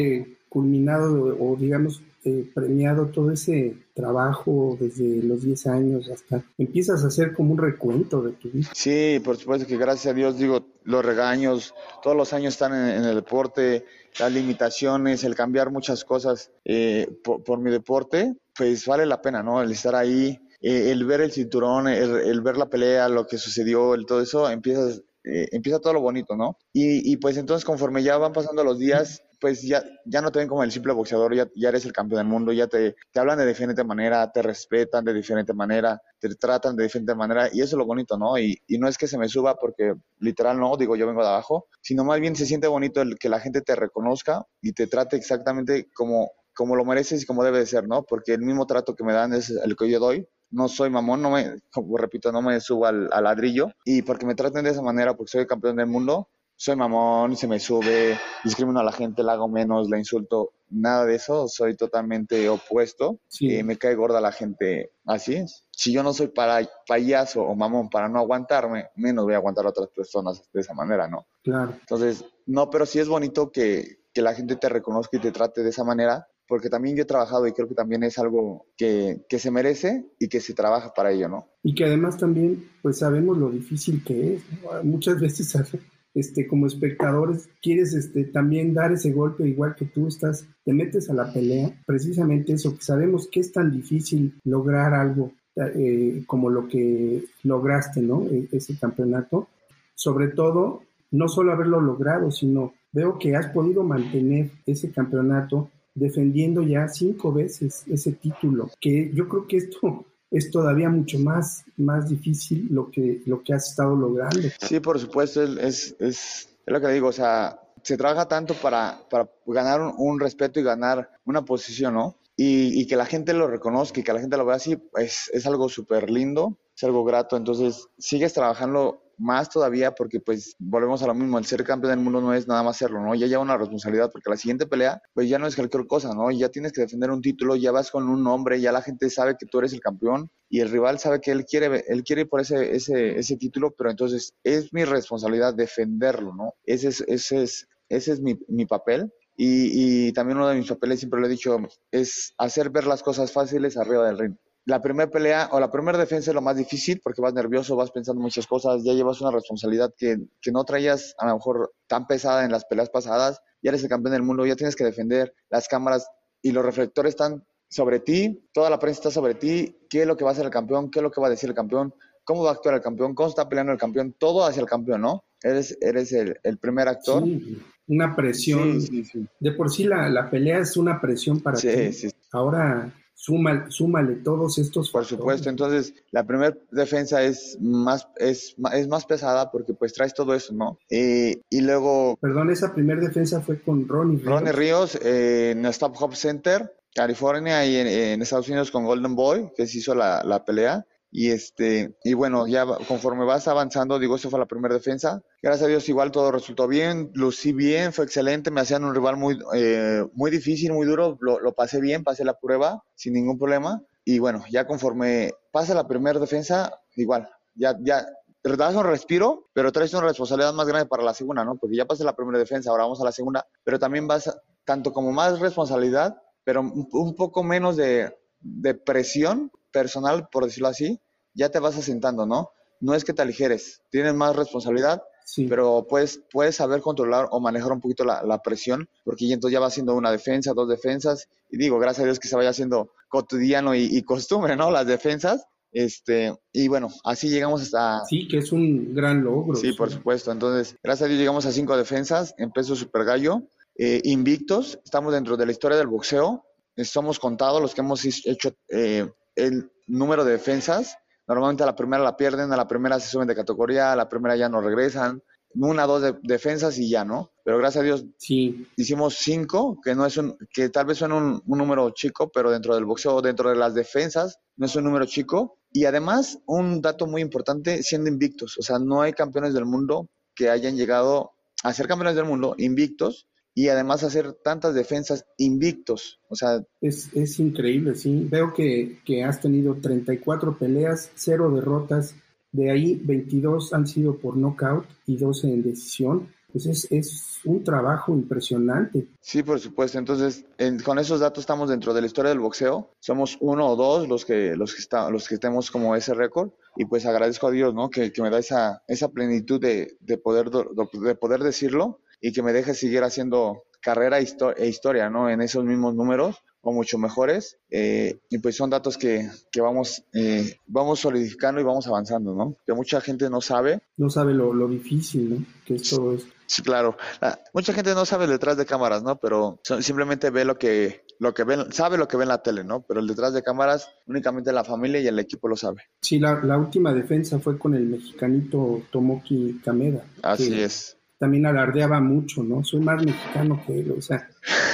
culminado o digamos premiado todo ese trabajo desde los 10 años hasta empiezas a hacer como un recuento de tu vida. Sí, por supuesto que gracias a Dios, digo, los regaños, todos los años están en el deporte, las limitaciones, el cambiar muchas cosas por mi deporte, pues vale la pena, ¿no? El estar ahí, el ver el cinturón, el ver la pelea, lo que sucedió, todo eso, empieza todo lo bonito, ¿no? Y pues entonces conforme ya van pasando los días, pues ya no te ven como el simple boxeador, ya eres el campeón del mundo, ya te hablan de diferente manera, te respetan de diferente manera, te tratan de diferente manera, y eso es lo bonito, ¿no? Y no es que se me suba porque literal no, digo, yo vengo de abajo, sino más bien se siente bonito el que la gente te reconozca y te trate exactamente como lo mereces y como debe de ser, ¿no? Porque el mismo trato que me dan es el que yo doy. No soy mamón, como repito, no me subo al ladrillo, y porque me traten de esa manera, porque soy campeón del mundo, soy mamón, se me sube, discrimino a la gente, la hago menos, la insulto, nada de eso, soy totalmente opuesto. Sí. Me cae gorda la gente así. Si yo no soy payaso o mamón para no aguantarme, menos voy a aguantar a otras personas de esa manera, ¿no? Claro. Entonces, no, pero sí es bonito que la gente te reconozca y te trate de esa manera, porque también yo he trabajado y creo que también es algo que se merece y que se trabaja para ello, ¿no? Y que además también, pues sabemos lo difícil que es, ¿no? Muchas veces como espectadores quieres también dar ese golpe igual que tú te metes a la pelea, precisamente eso, que sabemos que es tan difícil lograr algo como lo que lograste, ¿no? Ese campeonato, sobre todo, no solo haberlo logrado, sino veo que has podido mantener ese campeonato defendiendo ya 5 veces ese título, que yo creo que esto es todavía mucho más difícil lo que has estado logrando. Sí, por supuesto, es lo que digo, o sea, se trabaja tanto para ganar un respeto y ganar una posición, ¿no? Y que la gente lo reconozca y que la gente lo vea así, pues es algo súper lindo, es algo grato, entonces sigues trabajando más todavía porque pues volvemos a lo mismo, el ser campeón del mundo no es nada más hacerlo, ¿no? Ya lleva una responsabilidad porque la siguiente pelea pues ya no es cualquier cosa, ¿no? Ya tienes que defender un título, ya vas con un nombre, ya la gente sabe que tú eres el campeón y el rival sabe que él quiere ir por ese título, pero entonces es mi responsabilidad defenderlo, ¿no? Ese es mi papel. Y también uno de mis papeles, siempre lo he dicho, es hacer ver las cosas fáciles arriba del ring. La primera pelea o la primera defensa es lo más difícil porque vas nervioso, vas pensando muchas cosas, ya llevas una responsabilidad que no traías a lo mejor tan pesada en las peleas pasadas, ya eres el campeón del mundo, ya tienes que defender, las cámaras y los reflectores están sobre ti, toda la prensa está sobre ti, qué es lo que va a hacer el campeón, qué es lo que va a decir el campeón, cómo va a actuar el campeón, cómo está peleando el campeón, todo hacia el campeón, ¿no? Eres el primer actor. Sí, una presión. Sí. De por sí la pelea es una presión para ti. Sí. Ahora súmale todos estos Por factores. supuesto, entonces la primera defensa es más pesada porque pues traes todo eso, ¿no? Y luego Perdón, esa primera defensa fue con Ronnie Ríos. Ronnie Ríos en el Stop Hop Center, California, y en Estados Unidos con Golden Boy, que se hizo la pelea. Y bueno, ya conforme vas avanzando, digo, esa fue la primera defensa. Gracias a Dios igual todo resultó bien, lucí bien, fue excelente, me hacían un rival muy difícil, muy duro, lo pasé bien, pasé la prueba sin ningún problema. Y bueno, ya conforme pasa la primera defensa, igual, ya te das un respiro, pero traes una responsabilidad más grande para la segunda, ¿no? Porque ya pasé la primera defensa, ahora vamos a la segunda, pero también tanto como más responsabilidad, pero un poco menos de presión personal, por decirlo así, ya te vas asentando, ¿no? No es que te aligeres, tienes más responsabilidad, sí, pero puedes saber controlar o manejar un poquito la presión, porque entonces ya va haciendo una defensa, dos defensas, y digo, gracias a Dios que se vaya haciendo cotidiano y costumbre, ¿no? Las defensas, y bueno, así llegamos hasta... Sí, que es un gran logro. Sí, por supuesto, entonces, gracias a Dios llegamos a 5 defensas en peso super gallo, invictos, estamos dentro de la historia del boxeo, somos contados los que hemos hecho el número de defensas. Normalmente a la primera la pierden, a la primera se suben de categoría, a la primera ya no regresan, una, dos defensas y ya, ¿no? Pero gracias a Dios sí, hicimos 5, que tal vez suena un número chico, pero dentro del boxeo, dentro de las defensas, no es un número chico. Y además, un dato muy importante, siendo invictos, o sea, no hay campeones del mundo que hayan llegado a ser campeones del mundo invictos y además hacer tantas defensas invictos, o sea... Es increíble, sí. Veo que has tenido 34 peleas, 0 derrotas, de ahí 22 han sido por nocaut y 12 en decisión. Pues es un trabajo impresionante. Sí, por supuesto. Entonces, con esos datos estamos dentro de la historia del boxeo. Somos 1 o 2 los que tenemos como ese récord. Y pues agradezco a Dios, ¿no? Que me da esa plenitud de poder decirlo y que me deje seguir haciendo carrera e historia, ¿no? En esos mismos números o mucho mejores. Y pues son datos que vamos solidificando y vamos avanzando, ¿no? Que mucha gente no sabe. No sabe lo difícil, ¿no? Que es todo esto. Sí, claro. Mucha gente no sabe el detrás de cámaras, ¿no? Pero simplemente ve lo que ven, sabe lo que ve en la tele, ¿no? Pero el detrás de cámaras únicamente la familia y el equipo lo sabe. Sí, la última defensa fue con el mexicanito Tomoki Kameda. Así es. También alardeaba mucho, ¿no? Soy más mexicano que él, o sea.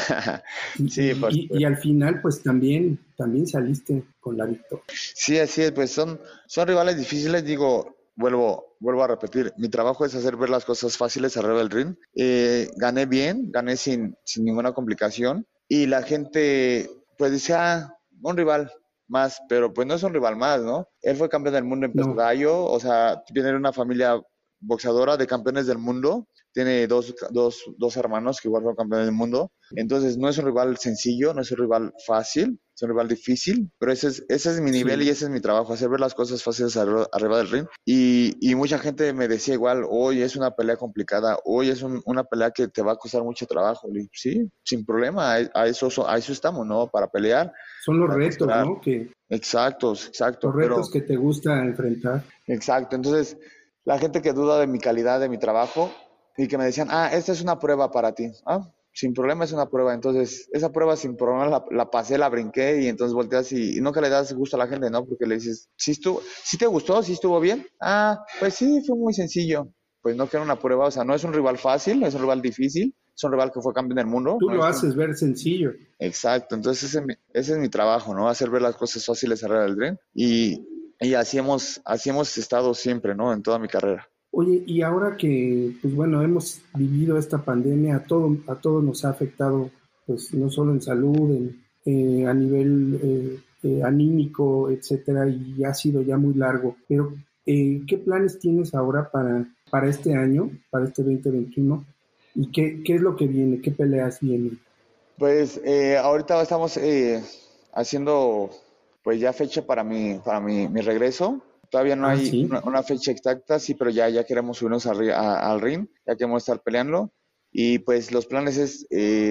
Sí, y al final, pues también saliste con la victoria. Sí, así es, pues son rivales difíciles, digo, vuelvo a repetir, mi trabajo es hacer ver las cosas fáciles arriba del ring. Gané bien, gané sin ninguna complicación, y la gente, pues dice, un rival más, pero pues no es un rival más, ¿no? Él fue campeón del mundo en peso gallo, o sea, viene de una familia boxeadora de campeones del mundo, tiene dos hermanos que igual fueron campeones del mundo, entonces no es un rival sencillo, no es un rival fácil, es un rival difícil, pero ese es mi nivel, sí. Y ese es mi trabajo, hacer ver las cosas fáciles arriba del ring, y mucha gente me decía igual, hoy es una pelea complicada, hoy es una pelea que te va a costar mucho trabajo, y sí, sin problema, a eso estamos, ¿no? Para pelear. Son los retos, ¿no? Exacto. Los retos que te gusta enfrentar. Exacto, entonces... La gente que duda de mi calidad, de mi trabajo, y que me decían, esta es una prueba para ti. Sin problema es una prueba. Entonces, esa prueba sin problema la pasé, la brinqué, y entonces volteas y nunca le das gusto a la gente, ¿no? Porque le dices, ¿sí te gustó? ¿Sí estuvo bien? Pues sí, fue muy sencillo. Pues no, que era una prueba, o sea, no es un rival fácil, es un rival difícil, es un rival que fue campeón del mundo. Tú lo haces ver sencillo. Exacto, entonces ese es mi trabajo, ¿no? Hacer ver las cosas fáciles arriba del ring, y así hemos estado siempre, ¿no? En toda mi carrera. Oye, y ahora que, pues bueno, hemos vivido esta pandemia, a todos nos ha afectado, pues no solo en salud, a nivel anímico, etcétera, y ha sido ya muy largo. Pero, ¿qué planes tienes ahora para este año, para este 2021? ¿Y qué es lo que viene? ¿Qué peleas vienen? Pues ahorita estamos haciendo... pues ya fecha para mi regreso. Todavía no hay ¿sí? una fecha exacta, sí, pero ya queremos subirnos al ring, ya queremos estar peleando. Y pues los planes es,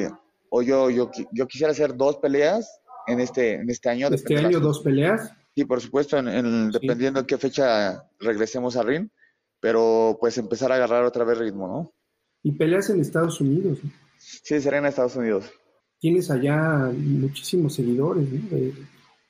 yo quisiera hacer 2 peleas en este año. ¿Este año 2 peleas? Sí, por supuesto, dependiendo de qué fecha regresemos al ring, pero pues empezar a agarrar otra vez ritmo, ¿no? Y peleas en Estados Unidos, ¿no? Sí, será en Estados Unidos. Tienes allá muchísimos seguidores, ¿no?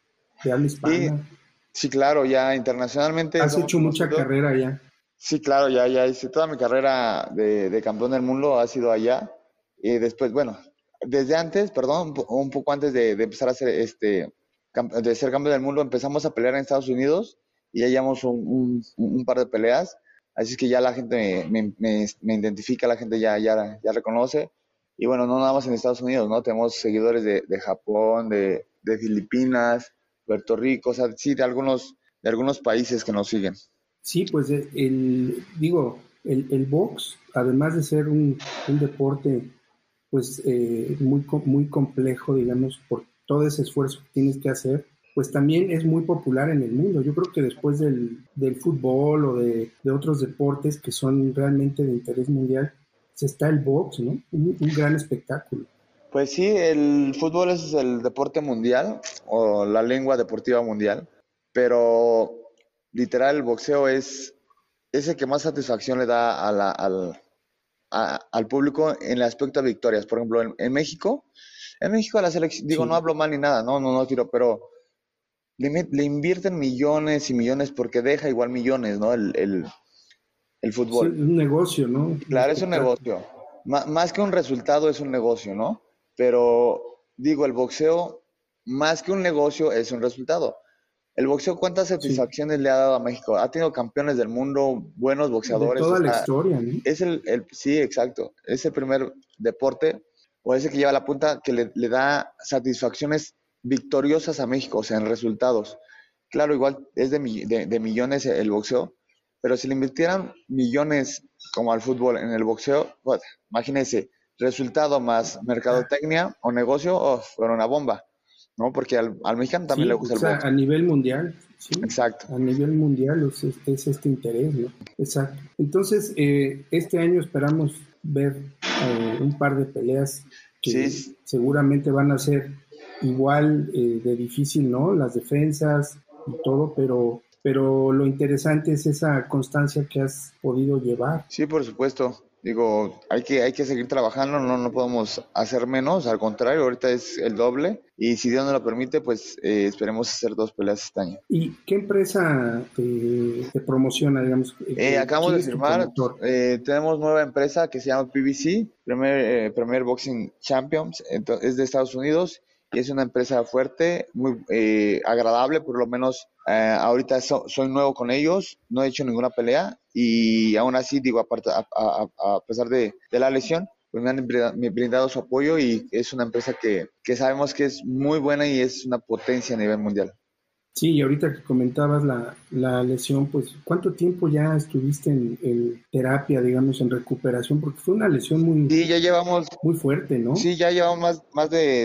de habla Sí, hispana. sí, claro, ya internacionalmente Has somos hecho mucha conocidos. carrera ya. Sí, claro, ya hice toda mi carrera de campeón del mundo, ha sido allá. Y después, bueno, desde antes, perdón, un poco antes de empezar a hacer de ser campeón del mundo, empezamos a pelear en Estados Unidos y ya llevamos un par de peleas. Así es que ya la gente me identifica, la gente ya reconoce. Y bueno, no nada más en Estados Unidos, ¿no? Tenemos seguidores de Japón, de Filipinas, Puerto Rico, o sea, sí, de algunos países que nos siguen. Sí, pues el box, además de ser un deporte pues muy complejo, digamos, por todo ese esfuerzo que tienes que hacer, pues también es muy popular en el mundo. Yo creo que después del fútbol o de otros deportes que son realmente de interés mundial, pues está el box, ¿no? Un gran espectáculo. Pues sí, el fútbol es el deporte mundial o la lengua deportiva mundial, pero literal el boxeo es el que más satisfacción le da al público en el aspecto de victorias. Por ejemplo, en México la selección, digo, no Sí, hablo mal ni nada, no tiro, pero le invierten millones y millones porque deja igual millones, ¿no? El sí, es fútbol. un negocio, ¿no? Un Claro, es un espectáculo. negocio. Más que un resultado es un negocio, ¿no? Pero digo, el boxeo, más que un negocio, es un resultado. El boxeo, ¿cuántas Sí, satisfacciones le ha dado a México? Ha tenido campeones del mundo, buenos de boxeadores, o toda la sea, historia, ¿no? sí, exacto, es el primer deporte, o ese que lleva la punta, que le da satisfacciones victoriosas a México, o sea, en resultados. Claro, igual es de millones el boxeo, pero si le invirtieran millones como al fútbol en el boxeo, pues, imagínense, resultado más mercadotecnia o negocio, oh, fuera una bomba, ¿no? Porque al mexicano también le Sí, gusta o el sea, box. a nivel mundial, sí, Exacto. a nivel mundial es este interés, ¿no? Exacto. Entonces, este año esperamos ver un par de peleas que Sí, seguramente van a ser igual de difícil, ¿no? Las defensas y todo, pero lo interesante es esa constancia que has podido llevar. sí, por supuesto. Digo, hay que seguir trabajando, no podemos hacer menos, al contrario, ahorita es el doble y si Dios nos lo permite, pues esperemos hacer 2 peleas este año. ¿Y qué empresa te promociona, digamos? Acabamos ¿Quién de es tu firmar, promotor? tenemos nueva empresa que se llama PBC, Premier Boxing Champions, es de Estados Unidos y es una empresa fuerte, muy agradable, por lo menos ahorita soy nuevo con ellos, no he hecho ninguna pelea y aún así, digo, aparte, a pesar de la lesión, pues me han brindado su apoyo y es una empresa que sabemos que es muy buena y es una potencia a nivel mundial. Sí, y ahorita que comentabas la lesión, pues, ¿cuánto tiempo ya estuviste en terapia, digamos, en recuperación? Porque fue una lesión Sí, ya llevamos muy fuerte, ¿no? Sí, ya llevamos más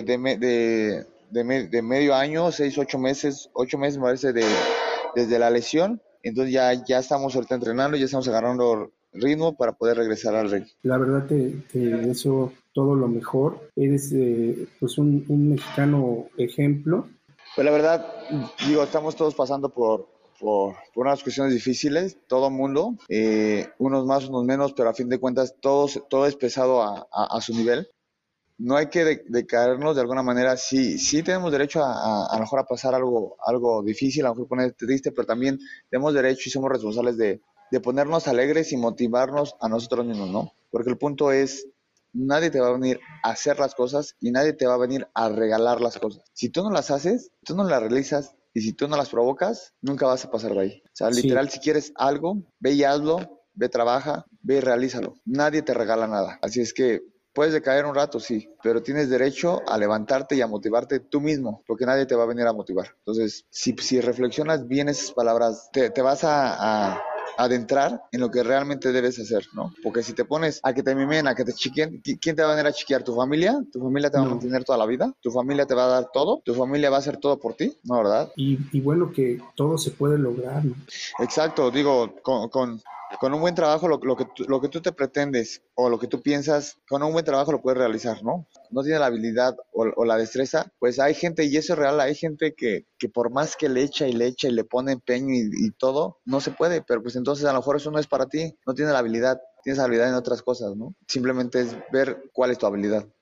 de medio año, 6, 8 meses, 8 meses me parece desde la lesión. Entonces ya estamos ahorita entrenando, ya estamos agarrando ritmo para poder regresar al ring. La verdad te deseo todo lo mejor. Eres, pues, un mexicano ejemplo. Pues la verdad, digo, estamos todos pasando por unas cuestiones difíciles, todo mundo, unos más, unos menos, pero a fin de cuentas todo es pesado a su nivel. No hay que decaernos de alguna manera. Sí tenemos derecho a lo mejor a pasar algo difícil, a lo mejor ponerte triste, pero también tenemos derecho y somos responsables de ponernos alegres y motivarnos a nosotros mismos, ¿no? Porque el punto es, nadie te va a venir a hacer las cosas y nadie te va a venir a regalar las cosas. Si tú no las haces, tú no las realizas y si tú no las provocas, nunca vas a pasar de ahí. O sea, Sí, literal, si quieres algo, ve y hazlo, ve, trabaja, ve y realízalo. Nadie te regala nada. Así es que puedes decaer un rato, sí, pero tienes derecho a levantarte y a motivarte tú mismo, porque nadie te va a venir a motivar. Entonces, si reflexionas bien esas palabras, te vas a adentrar en lo que realmente debes hacer, ¿no? Porque si te pones a que te mimen, a que te chiquen, ¿quién te va a venir a chiquear? ¿Tu familia? ¿Tu familia te va a no. mantener toda la vida? ¿Tu familia te va a dar todo? ¿Tu familia va a hacer todo por ti? No, ¿verdad? Y bueno, que todo se puede lograr, ¿no? Exacto, digo, con un buen trabajo lo que tú te pretendes o lo que tú piensas, con un buen trabajo lo puedes realizar, ¿no? No tiene la habilidad o la destreza, pues hay gente, y eso es real, hay gente que por más que le echa y le echa y le pone empeño y todo, no se puede, pero pues entonces a lo mejor eso no es para ti, no tiene la habilidad, tienes habilidad en otras cosas, ¿no? Simplemente es ver cuál es tu habilidad.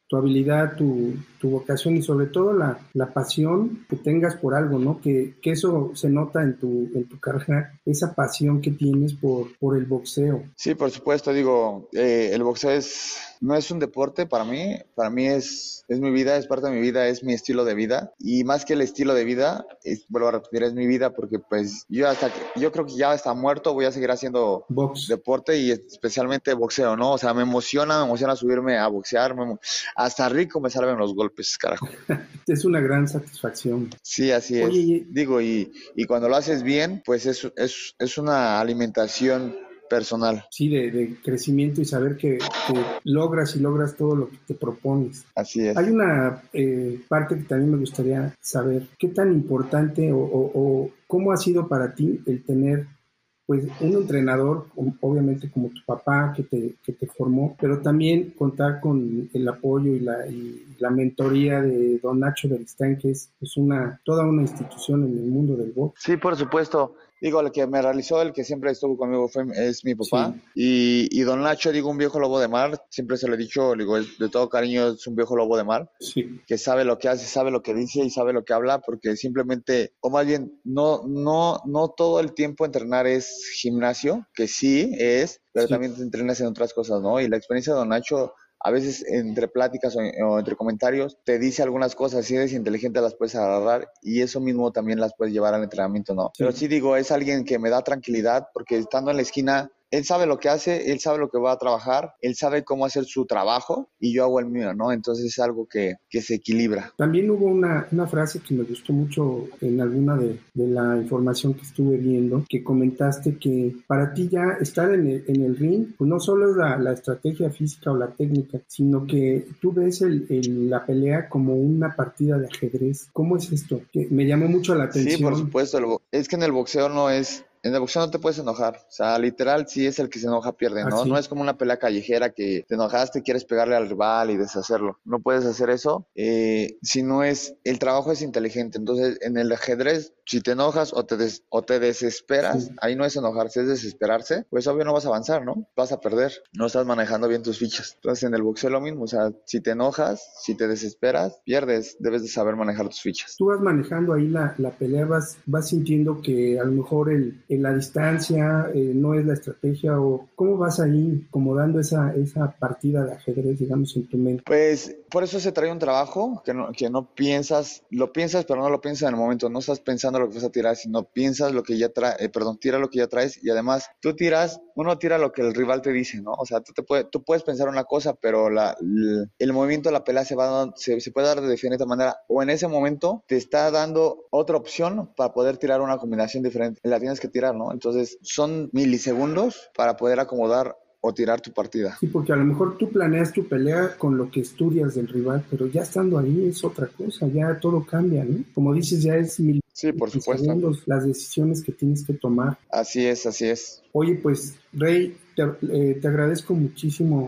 tu habilidad, tu vocación y sobre todo la pasión que tengas por algo, ¿no? Que eso se nota en tu carrera, esa pasión que tienes por el boxeo. Sí, por supuesto, digo, el boxeo no es un deporte para mí es mi vida, es parte de mi vida, es mi estilo de vida, y más que el estilo de vida, vuelvo a repetir, es mi vida, porque pues yo creo que ya hasta muerto voy a seguir haciendo Box. deporte y especialmente boxeo, ¿no? O sea, me emociona subirme a boxear, hasta rico me salen los golpes, carajo. Es una gran satisfacción. Sí, así es. Oye, Digo, y cuando lo haces bien, pues es una alimentación personal. sí, de crecimiento y saber que logras todo lo que te propones. Así es. Hay una parte que también me gustaría saber, ¿qué tan importante o cómo ha sido para ti el tener pues un entrenador, obviamente como tu papá que te formó, pero también contar con el apoyo y la mentoría de don Nacho Beristain, que es pues toda una institución en el mundo del box? Sí, por supuesto. Digo, el que me realizó, el que siempre estuvo conmigo es mi papá. Sí. Y don Nacho, digo, un viejo lobo de mar, siempre se lo he dicho, digo, de todo cariño, es un viejo lobo de mar, Sí. que sabe lo que hace, sabe lo que dice y sabe lo que habla, porque simplemente, o más bien, no todo el tiempo entrenar es gimnasio, que sí es, pero Sí. también te entrenas en otras cosas, ¿no? Y la experiencia de don Nacho, a veces entre pláticas o entre comentarios, te dice algunas cosas, si eres inteligente las puedes agarrar y eso mismo también las puedes llevar al entrenamiento, ¿no? Sí. Pero sí digo, es alguien que me da tranquilidad porque estando en la esquina, él sabe lo que hace, él sabe lo que va a trabajar, él sabe cómo hacer su trabajo y yo hago el mío, ¿no? Entonces es algo que se equilibra. También hubo una frase que me gustó mucho en alguna de la información que estuve viendo, que comentaste que para ti ya estar en el ring, pues no solo es la estrategia física o la técnica, sino que tú ves la pelea como una partida de ajedrez. ¿Cómo es esto? Que me llamó mucho la atención. Sí, por supuesto, es que en el boxeo en el boxeo no te puedes enojar, o sea, literal, sí es el que se enoja pierde, ¿no? ¿Ah, sí? No es como una pelea callejera que te enojaste, quieres pegarle al rival y deshacerlo. No puedes hacer eso, si no el trabajo es inteligente. Entonces, en el ajedrez, si te enojas o te desesperas, Sí. ahí no es enojarse, es desesperarse, pues obvio no vas a avanzar, ¿no? Vas a perder, no estás manejando bien tus fichas. Entonces, en el boxeo es lo mismo, o sea, si te enojas, si te desesperas, pierdes, debes de saber manejar tus fichas. Tú vas manejando ahí la pelea, vas sintiendo que a lo mejor en la distancia no es la estrategia, o cómo vas ahí como dando esa partida de ajedrez, digamos, en tu mente. Pues por eso se trae un trabajo que no piensas, lo piensas pero no lo piensas en el momento, no estás pensando lo que vas a tirar, sino piensas lo que ya tira lo que ya traes y además uno tira lo que el rival te dice, ¿no? O sea, tú puedes pensar una cosa, pero el movimiento de la pelea se puede dar de diferente manera, o en ese momento te está dando otra opción para poder tirar una combinación diferente, la tienes que tirar, ¿no? Entonces son milisegundos para poder acomodar o tirar tu partida. Sí, porque a lo mejor tú planeas tu pelea con lo que estudias del rival, pero ya estando ahí es otra cosa, ya todo cambia, ¿no? Como dices, ya es Sí, por supuesto. segundos las decisiones que tienes que tomar. Así es, así es. Oye, pues, Rey, te agradezco muchísimo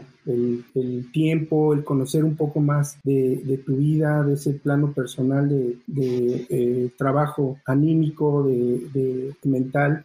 el tiempo, el conocer un poco más de tu vida, de ese plano personal de trabajo anímico, de mental,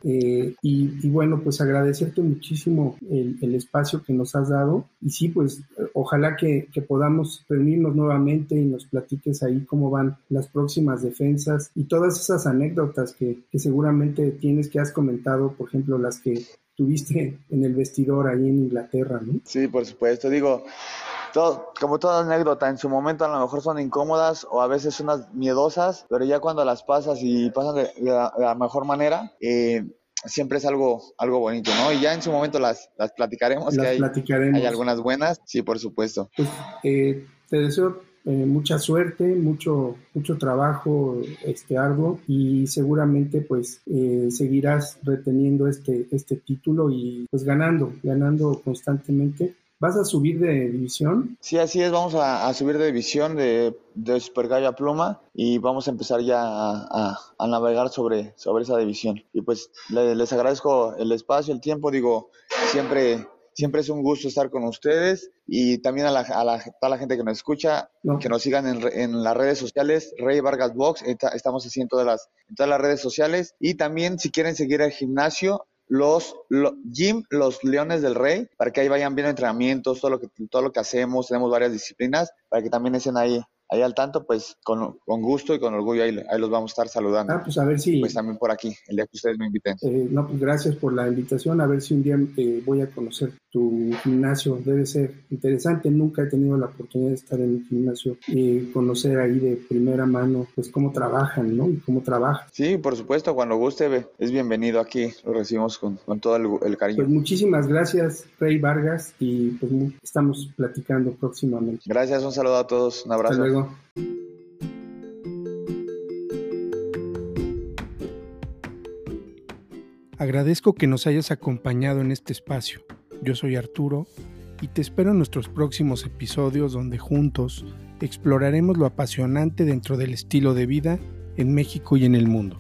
y bueno, pues agradecerte muchísimo el espacio que nos has dado, y sí, pues ojalá que podamos reunirnos nuevamente y nos platiques ahí cómo van las próximas defensas y todas esas anécdotas que seguramente tienes, que has comentado, por ejemplo, las que tuviste en el vestidor ahí en Inglaterra, ¿no? Sí, por supuesto. Digo, como toda anécdota, en su momento a lo mejor son incómodas o a veces unas miedosas, pero ya cuando las pasas y pasan de la mejor manera, siempre es algo bonito, ¿no? Y ya en su momento las platicaremos, hay algunas buenas, sí, por supuesto. Pues te deseo mucha suerte, mucho trabajo arduo, y seguramente pues seguirás reteniendo este título y pues ganando constantemente. ¿Vas a subir de división? Sí, así es, vamos a subir de división de Super Gallo a Pluma y vamos a empezar ya a navegar sobre esa división. Y pues les agradezco el espacio, el tiempo, digo, siempre es un gusto estar con ustedes, y también a toda la gente que nos escucha, que nos sigan en las redes sociales, Rey Vargas Box, estamos así en todas las redes sociales, y también si quieren seguir al gimnasio, Gym Los Leones del Rey, para que ahí vayan viendo entrenamientos, todo lo que hacemos. Tenemos varias disciplinas, para que también estén ahí al tanto, pues con gusto y con orgullo ahí los vamos a estar saludando. Pues a ver si... Pues también por aquí, el día que ustedes me inviten. No, pues gracias por la invitación, a ver si un día voy a conocer tu gimnasio, debe ser interesante, nunca he tenido la oportunidad de estar en un gimnasio y conocer ahí de primera mano, pues cómo trabajan, ¿no? Y cómo trabajan. Sí, por supuesto, cuando guste, es bienvenido aquí, lo recibimos con todo el cariño. Pues muchísimas gracias, Rey Vargas, y pues estamos platicando próximamente. Gracias, un saludo a todos, un abrazo. Hasta luego. Agradezco que nos hayas acompañado en este espacio. Yo soy Arturo y te espero en nuestros próximos episodios donde juntos exploraremos lo apasionante dentro del estilo de vida en México y en el mundo.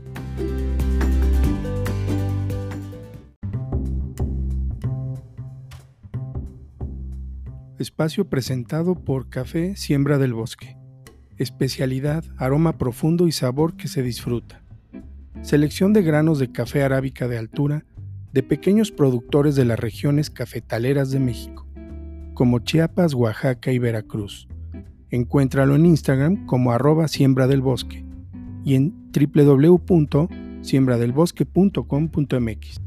Espacio presentado por Café Siembra del Bosque. Especialidad, aroma profundo y sabor que se disfruta. Selección de granos de café arábica de altura de pequeños productores de las regiones cafetaleras de México, como Chiapas, Oaxaca y Veracruz. Encuéntralo en Instagram como @siembradelbosque y en www.siembradelbosque.com.mx.